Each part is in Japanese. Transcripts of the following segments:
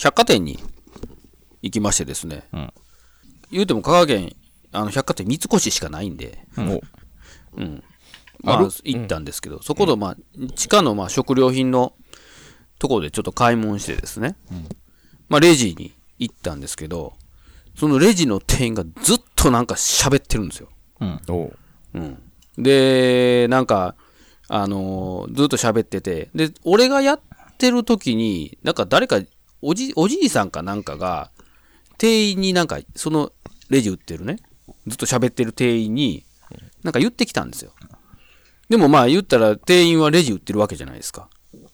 百貨店に行きましてですね。 うん。 言うても香川県、百貨店三越しかないんで。うん。まあ、行ったんですけど、そこの、まあ、地下の、まあ、食料品のところでちょっと買い物してですね。まあ、レジに行ったんですけど、そのレジの店員がずっとなんか喋ってるんですよ。で、なんか、ずっと喋ってて、で、俺がやってる時に、なんか誰か、おじいさんかなんかが、店員になんか、そのレジ売ってるね、ずっと喋ってる店員に、なんか言ってきたんですよ。でもまあ言ったら店員はレジ売ってるわけじゃないですか。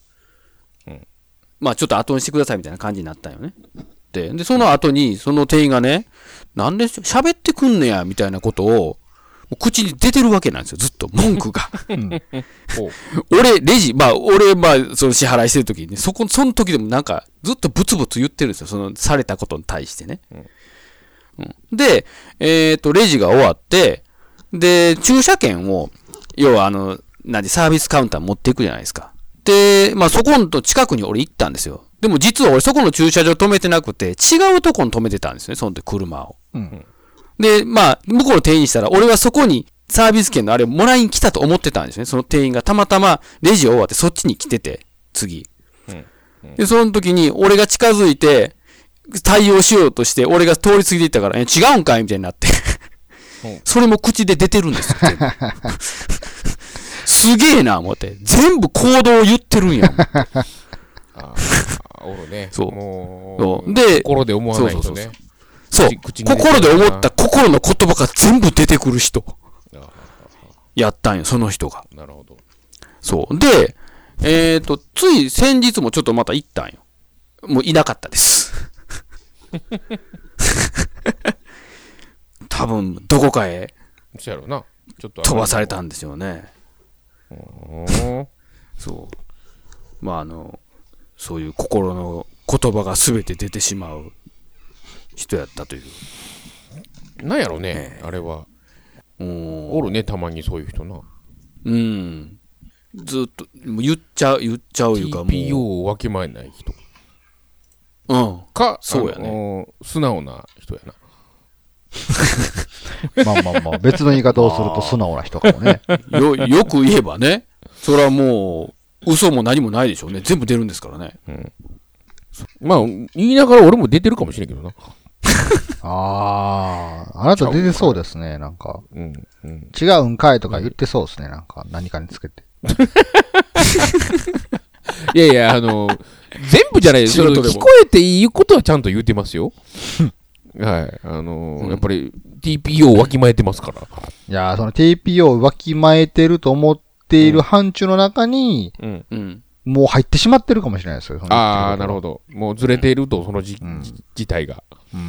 まあちょっと後にしてくださいみたいな感じになったんよね。で、その後に、その店員がね、なんで喋ってくんねや、みたいなことを、口に出てるわけなんですよ、ずっと、文句が。俺、レジ、まあ、その支払いしてる時にね、その時でもなんか、ずっとブツブツ言ってるんですよ、その、されたことに対してね。で、レジが終わって、で、駐車券を、要はサービスカウンター持っていくじゃないですか。で、まあ、そこの近くに俺行ったんですよ。でも実は俺そこの駐車場止めてなくて、違うとこに止めてたんですね、その時車を。で、まあ、向こうの店員にしたら、俺はそこにサービス券のあれをもらいに来たと思ってたんですね。その店員がたまたまレジ終わってそっちに来てて、次。で、その時に俺が近づいて、対応しようとして、俺が通り過ぎていったから、違うんかいみたいになって。それも口で出てるんですよ。すげえな、思って。全部行動を言ってるんや。 おるね。 そう。で、 心で思わない人ね。 そう。心で思った心の言葉が全部出てくる人。やったんよ、その人が。 なるほど。 そう。で、つい先日もちょっとまた行ったんよ。もういなかったです。多分、どこかへそうやろな。ちょっと飛ばされたんですよね。そう。まあそういう心の言葉が全て出てしまう人やったという。 なんやろね、あれは。おるね、たまにそういう人な。 ずっと、言っちゃういうかもう。 TPO をわきまえない人。 そうやね。 素直な人やな。 まあ、別の言い方をすると素直な人かもね。 よく言えばね。それはもう、嘘も何もないでしょうね。全部出るんですからね。 まあ、言いながら俺も出てるかもしれんけどな。 あなた出てそうですね、なんか。違うんかいとか言ってそうですね、なんか。何かにつけて。 いやいや、全部じゃないですよ。聞こえていいことはちゃんと言ってますよ。はい。やっぱり TPO をわきまえてますから。 いやその TPO をわきまえてると思っている範疇の中に、もう入ってしまってるかもしれないですよ。 なるほど。もうずれていると、その自体が。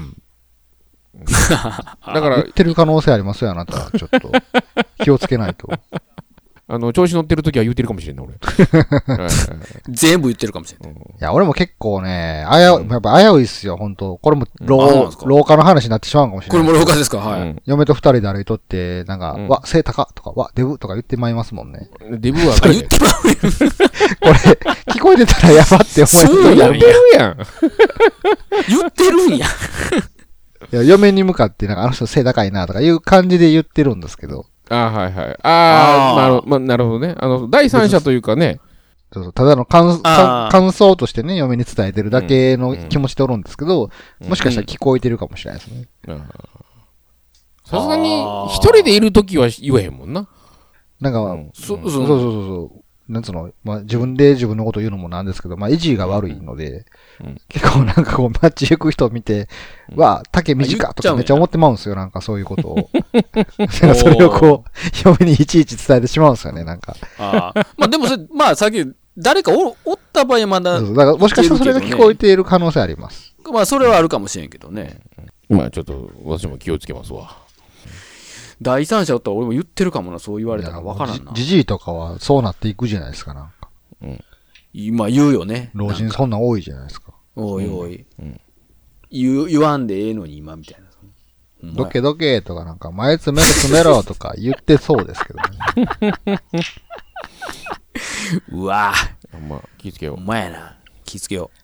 だから。言ってる可能性ありますよ、あなた。ちょっと。気をつけないと。 調子乗ってる時は言ってるかもしれんない、俺。 全部言ってるかもしれない。 いや、俺も結構ね、やっぱ危ういっすよ、本当これも、廊下の話になってしまうかもしれない。 これも廊下ですか、はい。 嫁と二人で歩いとって、なんか、わ、背高とか、わ、デブとか言ってまいりますもんね。 デブは言ってまうよ。 これ、聞こえてたらやばって思うやん。言ってるやん。 言ってるんや。 いや、嫁に向かって、なんかあの人背高いなとかいう感じで言ってるんですけど。 はいはい。なるほどね。第三者というかね。 そうただの感想としてね、嫁に伝えてるだけの気持ちでおるんですけど、もしかしたら聞こえてるかもしれないですね。 さすがに、一人でいるときは言えへんもんな。 なんか、そう。なんつうの、まあ、自分で自分のことを言うのもなんですけど、まあ、維持が悪いので、結構なんかこう、街行く人を見て、わ、丈短とかめっちゃ思ってまうんですよ、なんかそういうことを。それをこう、嫁にいちいち伝えてしまうんですよね、なんか。 まあでもまあさっき、誰かおった場合はまだ。 だからもしかしたらそれが聞こえている可能性あります。 まあそれはあるかもしれんけどね。 まあちょっと、私も気をつけますわ。 第三者おったら俺も言ってるかもな、そう言われたら分からんな。 じじいとかはそうなっていくじゃないですか、なんか。 今言うよね。 老人そんなん多いじゃないですか。 おい。言わんでええのに今みたいな。 どけどけとかなんか前詰めろとか言ってそうですけどね。 うわまあ気ぃつけよう。 お前やな。気ぃつけよう。